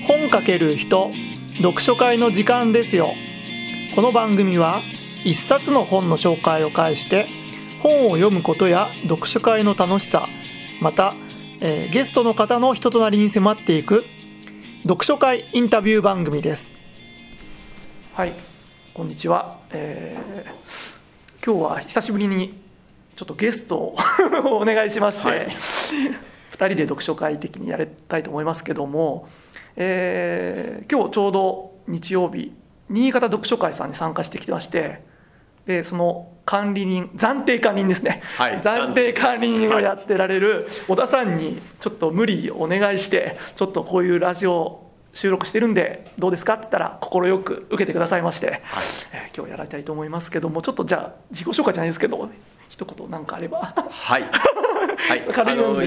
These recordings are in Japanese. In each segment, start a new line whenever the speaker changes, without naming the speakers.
本かける人、読書会の時間ですよ。この番組は一冊の本の紹介を介して本を読むことや読書会の楽しさ、また、ゲストの方の人となりに迫っていく読書会インタビュー番組です。はい、こんにちは。今日は久しぶりにちょっとゲストをお願いしまして、はい、2人で読書会的にやりたいと思いますけども、今日ちょうど日曜日、新潟読書会さんに参加してきてまして、でその管理人、暫定管理人ですね、はい、暫定管理人をやってられる小田さんにちょっと無理お願いして、ちょっとこういうラジオ収録してるんでどうですかって言ったら快く受けてくださいまして、はい、今日やられたいと思いますけども、ちょっとじゃあ自己紹介じゃないですけど一言何かあれば。
はい、はい、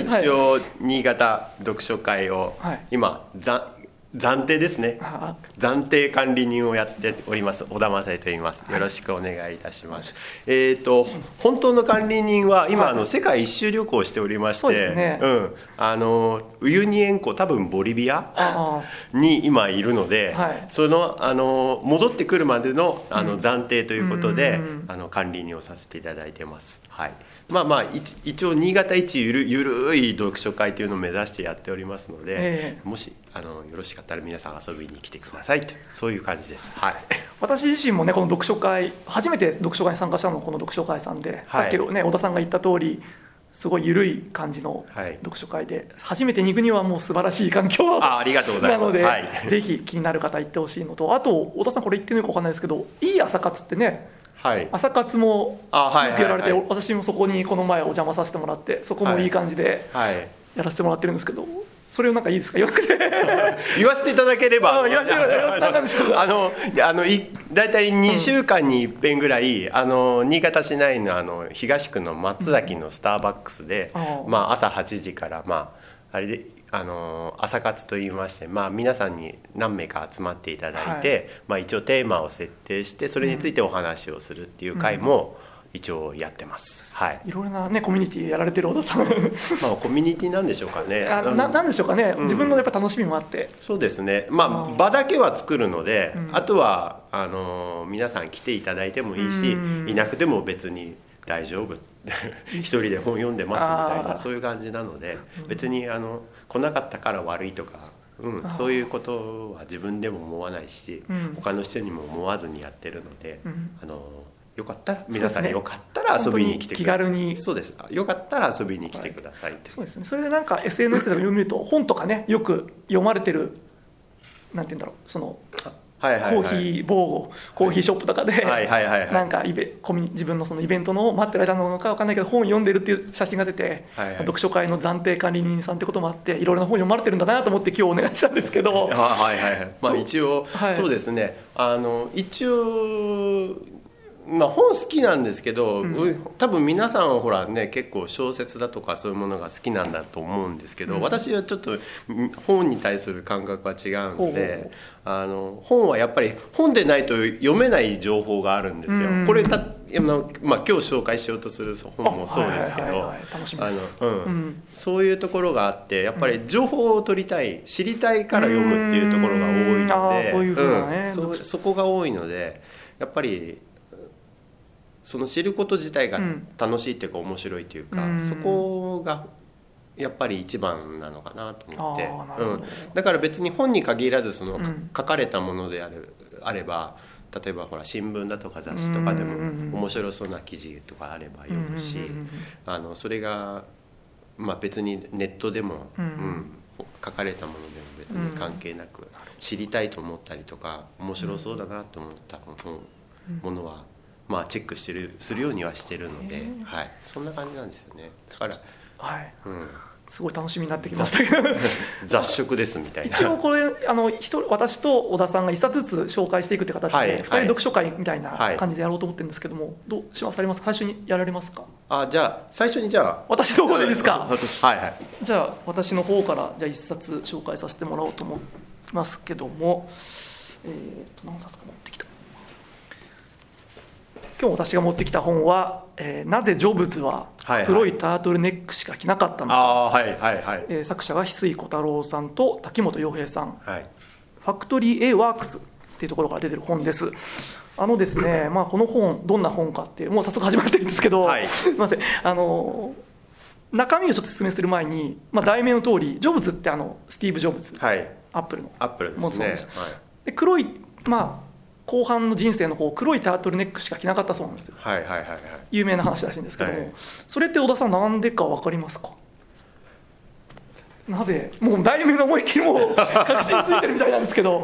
一応新潟読書会を、はい、今暫定ですね、暫定管理人をやっております小田正と言います。よろしくお願いいたします。はい、本当の管理人は今、はい、世界一周旅行をしておりまして、ね、ウユニ塩湖、多分ボリビアに今いるので、はい、その戻ってくるまでの暫定ということで、管理人をさせていただいてます。はい、一応新潟一ゆるい読書会というのを目指してやっておりますので、もしよろしかったら皆さん遊びに来てくださいと、そういう感じです。はい、
私自身もね、この読書会初めて読書会に参加したのはこの読書会さんで、はい、さっきね小田さんが言った通りすごい緩い感じの読書会で、はい、初めてに行くにはもう素晴らしい環境
ありがとうございます。
なので、はい、ぜひ気になる方行ってほしいのと、あと小田さんこれ言ってるのか分かんないですけど、いい朝活ってね、はい、朝活もよくやられて、私もそこにこの前お邪魔させてもらって、そこもいい感じでやらせてもらってるんですけど、それをなんかいいですか、よく
言わせていただければ、だいたい2週間に1遍ぐらい、新潟市内の東区の松崎のスターバックスで、朝8時から、あれで朝活といいまして、皆さんに何名か集まっていただいて、一応テーマを設定してそれについてお話をするっていう会も一応やってます。はい、
いろいろな、ね、コミュニティやられてる小田さん
コミュニティなんでしょうかね。
なんでしょうかね、自分のやっぱ楽しみもあって。
そうですね、場だけは作るので、あとは皆さん来ていただいてもいいし、いなくても別に大丈夫一人で本読んでますみたいな、そういう感じなので、別に来なかったから悪いとか、そういうことは自分でも思わないし、他の人にも思わずにやってるので、よかったら皆さんよかったら遊びに来てください。
気軽に。
そうです、よかったら遊びに来てください。
そうですね。それでなんか SNS で見ると本とかね、よく読まれてる、なんて言うんだろう、そのコーヒー某コーヒーショップとかでなんか自分のそのイベントの待ってる間なのか分かんないけど本読んでるっていう写真が出て、読書会の暫定管理人さんってこともあって、いろいろな本読まれてるんだなと思って今日お願いしたんですけど。
一応、そうですね、一応本好きなんですけど、多分皆さんはほらね、結構小説だとかそういうものが好きなんだと思うんですけど、私はちょっと本に対する感覚は違うので、本はやっぱり本でないと読めない情報があるんですよ。これ今日紹介しようとする本もそうですけど、そういうところがあって、やっぱり情報を取りたい、知りたいから読むっていうところが多いので、そこが多いので、やっぱりその知ること自体が楽しいっていうか面白いというか、そこがやっぱり一番なのかなと思って、だから別に本に限らず書かれたものであれば、例えばほら新聞だとか雑誌とかでも面白そうな記事とかあれば読むし、それが別にネットでも、書かれたものでも別に関係なく、知りたいと思ったりとか面白そうだなと思ったものはチェックするようにはしてるので、そんな感じなんですよね。だから、
すごい楽しみになってきましたけど
雑食ですみたいな。
一応これ私と小田さんが1冊ずつ紹介していくって形で、2人読書会みたいな感じでやろうと思ってるんですけども、どうします？最初にやられますか？
じゃあ最初に
私の方でいいですか？じゃあ私の方から1冊紹介させてもらおうと思いますけども、何冊か持ってきた。今日私が持ってきた本は、なぜジョブズは黒いタートルネックしか着なかったのか、作者が翡翠小太郎さんと滝本洋平さんファクトリー A ワークスっていうところから出てる本です。ですね、この本どんな本かっていう、もう早速始まってるんですけど、
はい、
すいません、中身をちょっと説明する前に、題名の通りジョブズってスティーブ・ジョブズ、
はい、
アップルの
アップルですね、はい、
で黒い、後半の人生の方黒いタートルネックしか着なかったそうなんですよ。
はいはいはいはい、
有名な話らしいんですけども、
はい、
それって小田さんなんでか分かりますか？なぜ？もう題名の思いっきりもう確信ついてるみたいなんですけど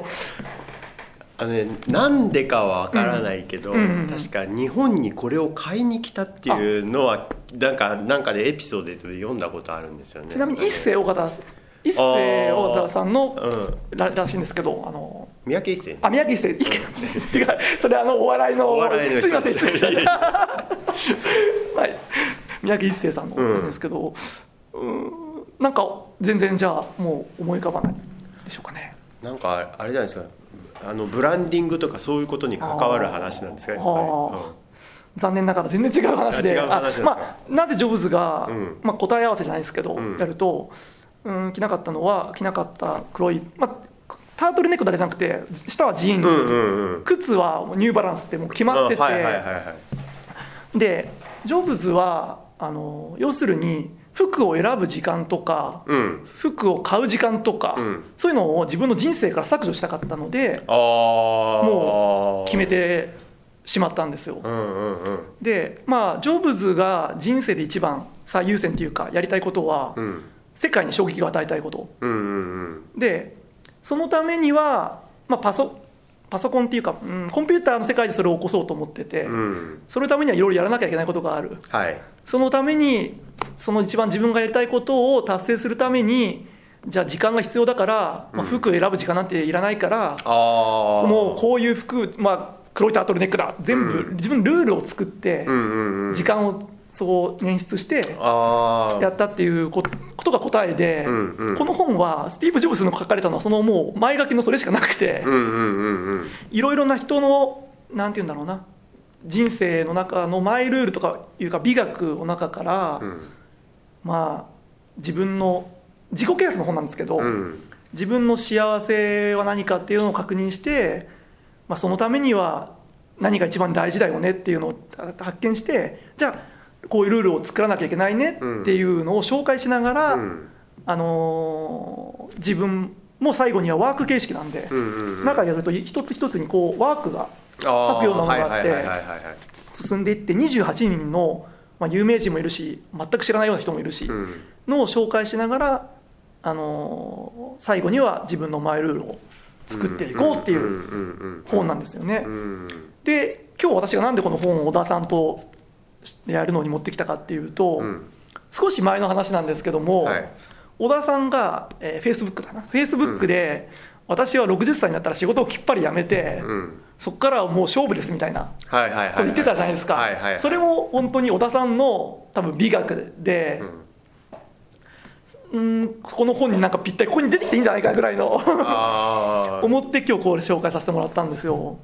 なんでかは分からないけど、確か日本にこれを買いに来たっていうのはなんかでエピソードで読んだことあるんですよね。
ちなみに一世尾形さんのらしいんですけど、
三宅一生、
三宅一生、違う、それお笑いのすいません失礼しましたはい、三宅一生さんのですけど、なんか全然じゃあもう思い浮かばないでしょうかね。
なんかあれじゃないですか、ブランディングとかそういうことに関わる話なんですか、やっぱり。
残念ながら全然違う話で、なぜジョブズが、答え合わせじゃないですけど、やると着なかった黒い、タートルネックだけじゃなくて下はジーンズ、靴はニューバランスってもう決まってて、でジョブズは要するに服を選ぶ時間とか、服を買う時間とか、そういうのを自分の人生から削除したかったので、もう決めてしまったんですよ。でジョブズが人生で一番最優先っていうかやりたいことは、世界に衝撃を与えたいこと、でそのためには、パソコンっていうか、コンピューターの世界でそれを起こそうと思ってて、そのためにはいろいろやらなきゃいけないことがある、そのためにその一番自分がやりたいことを達成するために、じゃあ時間が必要だから、服を選ぶ時間なんていらないから、もうこういう服、黒いタートルネックだ、全部自分ルールを作って、時間をそう捻出してやったっていうことが答えで、この本はスティーブ・ジョブズの書かれたのはそのもう前書きのそれしかなくて、いろいろな人のなんていうんだろうな、人生の中のマイルールとかいうか美学の中から、自分の自己啓発の本なんですけど、自分の幸せは何かっていうのを確認して、そのためには何が一番大事だよねっていうのを発見して、じゃあこういうルールを作らなきゃいけないねっていうのを紹介しながら、自分も最後にはワーク形式なんで、中やると一つ一つにこうワークが書くようなものがあって進んでいって、28人の、有名人もいるし全く知らないような人もいるし、のを紹介しながら、最後には自分のマイルールを作っていこうっていう本なんですよね。で今日私がなんでこの本を小田さんとやるのに持ってきたかっていうと、少し前の話なんですけども、小田さんが、Facebook で私は60歳になったら仕事をきっぱり辞めて、そこからはもう勝負ですみたいなこと言ってたじゃないですか。それも本当に小田さんの多分美学で、この本になんかぴったりここに出てきていいんじゃないかぐらいの思って今日これ紹介させてもらったんですよ。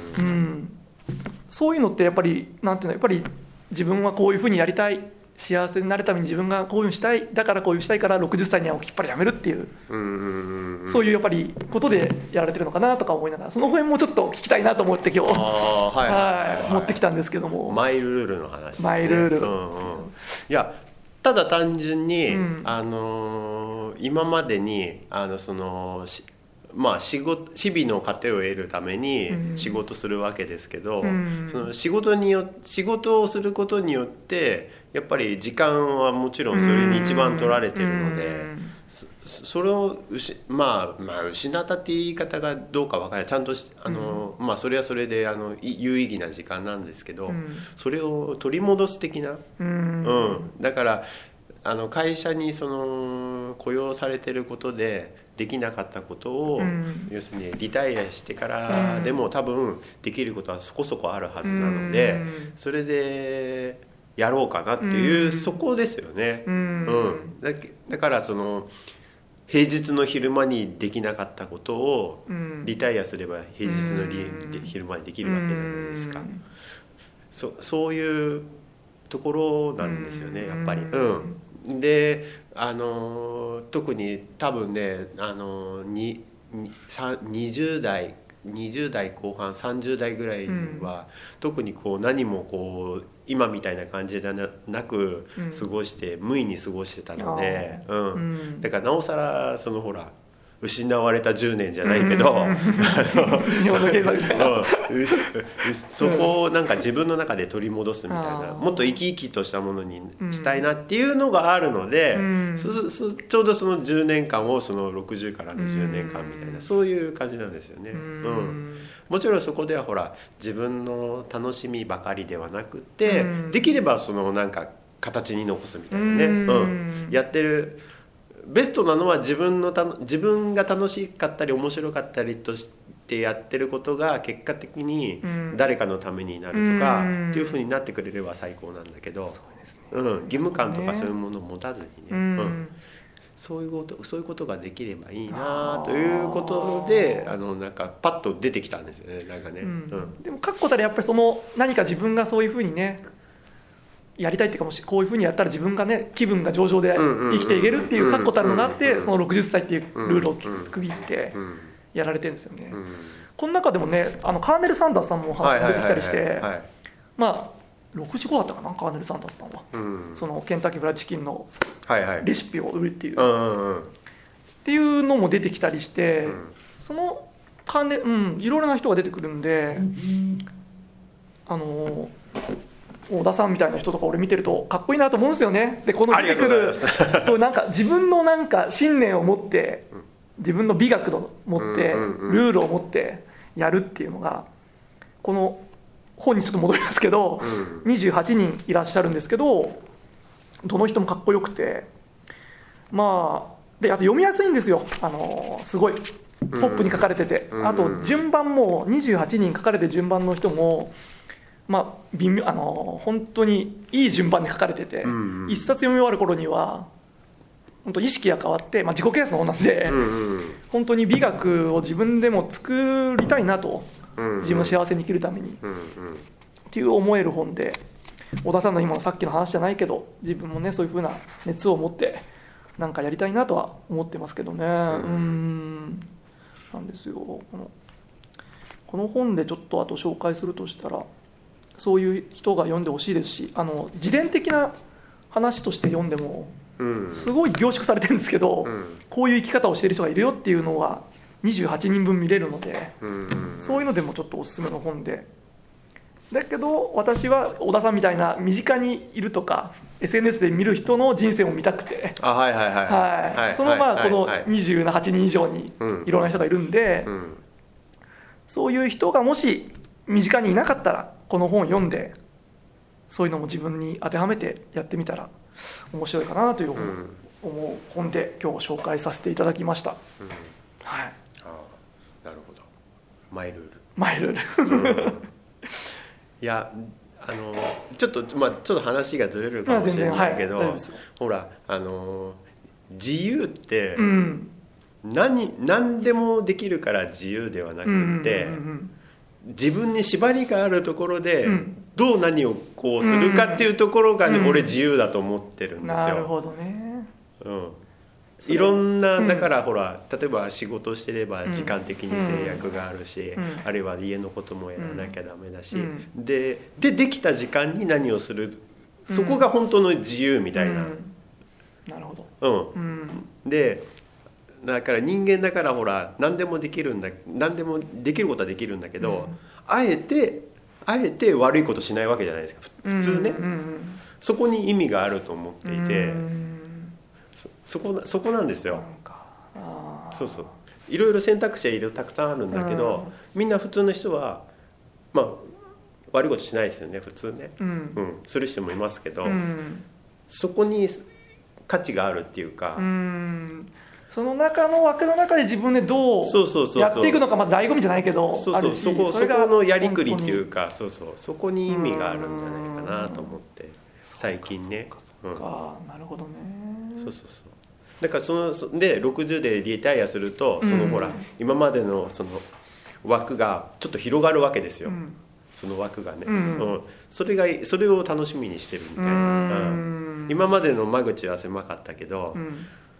そういうのってやっぱりなんていうの、やっぱり自分はこういうふうにやりたい、幸せになるために自分がこういうふうにしたい、だからこういうしたいから60歳にはきっぱりやめるっていう、そういうやっぱりことでやられてるのかなとか思いながら、その辺もちょっと聞きたいなと思って今日持ってきたんですけども。
マイルールの話ですね。
マイルール、
いやただ単純に、今までにその日々の糧を得るために仕事するわけですけど、その仕事をすることによってやっぱり時間はもちろんそれに一番取られてるので、それを失ったって言い方がどうか分からない、ちゃんとそれはそれで有意義な時間なんですけど、それを取り戻す的な、だから会社に雇用されてることでできなかったことを、要するにリタイアしてからでも多分できることはそこそこあるはずなので、それでやろうかなっていう、そこですよね。だから平日の昼間にできなかったことをリタイアすれば平日の昼間にできるわけじゃないですか。そういうところなんですよね、やっぱり。で特に多分ね 20代後半30代ぐらいは、特にこう何もこう今みたいな感じじゃなく過ごして、無意に過ごしてたので、だからなおさらそのほら失われた10年じゃないけど、そこをなんか自分の中で取り戻すみたいな、もっと生き生きとしたものにしたいなっていうのがあるので、ちょうどその10年間をその60からの10年間みたいな、そういう感じなんですよね。もちろんそこではほら自分の楽しみばかりではなくて、できればそのなんか形に残すみたいなね、やってるベストなのは自分が楽しかったり面白かったりとしてやってることが結果的に誰かのためになるとかっていう風になってくれれば最高なんだけど、義務感とかそういうものを持たずにね、そういうことができればいいなということで、なんかパッと出てきたんですよね、なんかね。
でも確固たるやっぱりその何か自分がそういう風にねやりたいっていうか、もしこういう風にやったら自分がね気分が上々で生きていけるっていう確固たるのがあって、その60歳っていうルールを区切ってやられてるんですよね。この中でもねカーネル・サンダースさんも話が出てきたりして、まあ65だったかな、カーネル・サンダースさんは、そのケンタッキーフライドチキンのレシピを売るっていうっていうのも出てきたりして、そのいろいろな人が出てくるんで、小田さんみたいな人とか俺見てるとかっこいいなと思うんですよね。でこの出てくるそうなんか自分のなんか信念を持って、自分の美学を持って、ルールを持ってやるっていうのが、この本にちょっと戻りますけど、28人いらっしゃるんですけど、どの人もかっこよくて、まあであと読みやすいんですよ。すごいポップに書かれてて、あと順番も28人書かれてる順番の人もまあ、本当にいい順番に書かれてて、一冊読み終わる頃には本当意識が変わって、自己啓発の本なんで、本当に美学を自分でも作りたいなと、自分の幸せに生きるために、っていう思える本で、小田さんの今のさっきの話じゃないけど、自分もねそういう風な熱を持ってなんかやりたいなとは思ってますけどね。なんですよ。この本でちょっとあと紹介するとしたら、そういう人が読んでほしいですし、自伝的な話として読んでもすごい凝縮されてるんですけど、こういう生き方をしている人がいるよっていうのが28人分見れるので、そういうのでもちょっとおすすめの本で、だけど私は小田さんみたいな身近にいるとか SNS で見る人の人生を見たくて、そのこの28人以上にいろんな人がいるんで、そういう人がもし身近にいなかったらこの本を読んで、そういうのも自分に当てはめてやってみたら面白いかなという思う本で今日紹介させていただきました。
なるほど。マイル
ール
いやちょっと話がずれるかもしれないけど、ほら自由って、何でもできるから自由ではなくって、自分に縛りがあるところでどう何をこうするかっていうところが俺自由だと思ってるんですよ。
なるほどね。
いろんな、だからほら例えば仕事をしてれば時間的に制約があるし、あるいは家のこともやらなきゃダメだし、できた時間に何をする、そこが本当の自由みたいな。
なるほど。
でだから人間だからほら何でもできることはできるんだけど、あえて悪いことしないわけじゃないですか普通ね。そこに意味があると思っていて、そこなんですよ。そういろいろ選択肢はたくさんあるんだけど、みんな普通の人は悪いことしないですよね普通ね、する人もいますけど、そこに価値があるっていうか、
その中の枠の中で自分でどうやっていくのか、醍醐味じゃないけど、
そこのやりくりっていうか、そこに意味があるんじゃないかなと思って最近ね。
なるほどね。
だからで60でリタイアすると、ほら今までのその枠がちょっと広がるわけですよ、その枠がね、それを楽しみにしてるみたいな。今までの間口は狭かったけど、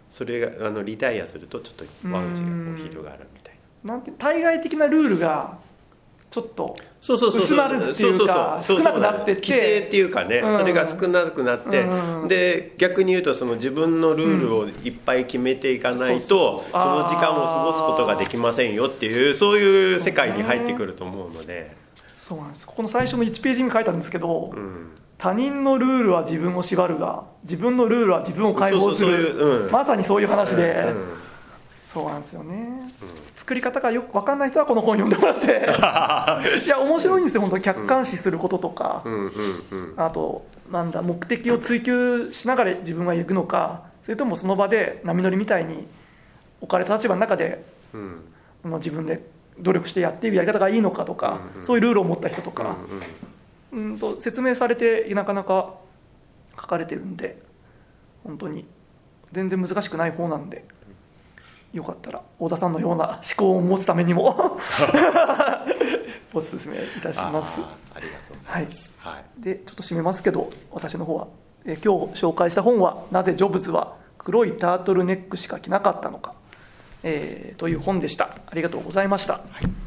それがリタイアするとちょっと間口がこう広がるみたい
なんて対外的なルールがちょっと
そうそうそう
薄まるっていうか少なくなってって
規制っていうかね、それが少なくなって、で逆に言うとその自分のルールをいっぱい決めていかないとその時間を過ごすことができませんよっていうそういう世界に入ってくると思うので。
そうなんです。ここの最初の1ページに書いてあるんですけど、他人のルールは自分を縛るが自分のルールは自分を解放する、まさにそういう話で、そうなんですよね、作り方がよく分かんない人はこの本読んでもらっていや面白いんですよ本当に。客観視することとか、あとなんだ目的を追求しながら自分は行くのか、それともその場で波乗りみたいに置かれた立場の中で、自分で努力してやっていくやり方がいいのかとか、そういうルールを持った人とか、説明されてなかなか書かれてるんで、本当に全然難しくない方なんで、よかったら太田さんのような思考を持つためにもおすすめいたします。
ありがとうございます。
はい、でちょっと締めますけど、私の方は、今日紹介した本はなぜジョブズは黒いタートルネックしか着なかったのか、という本でした。ありがとうございました。
はい。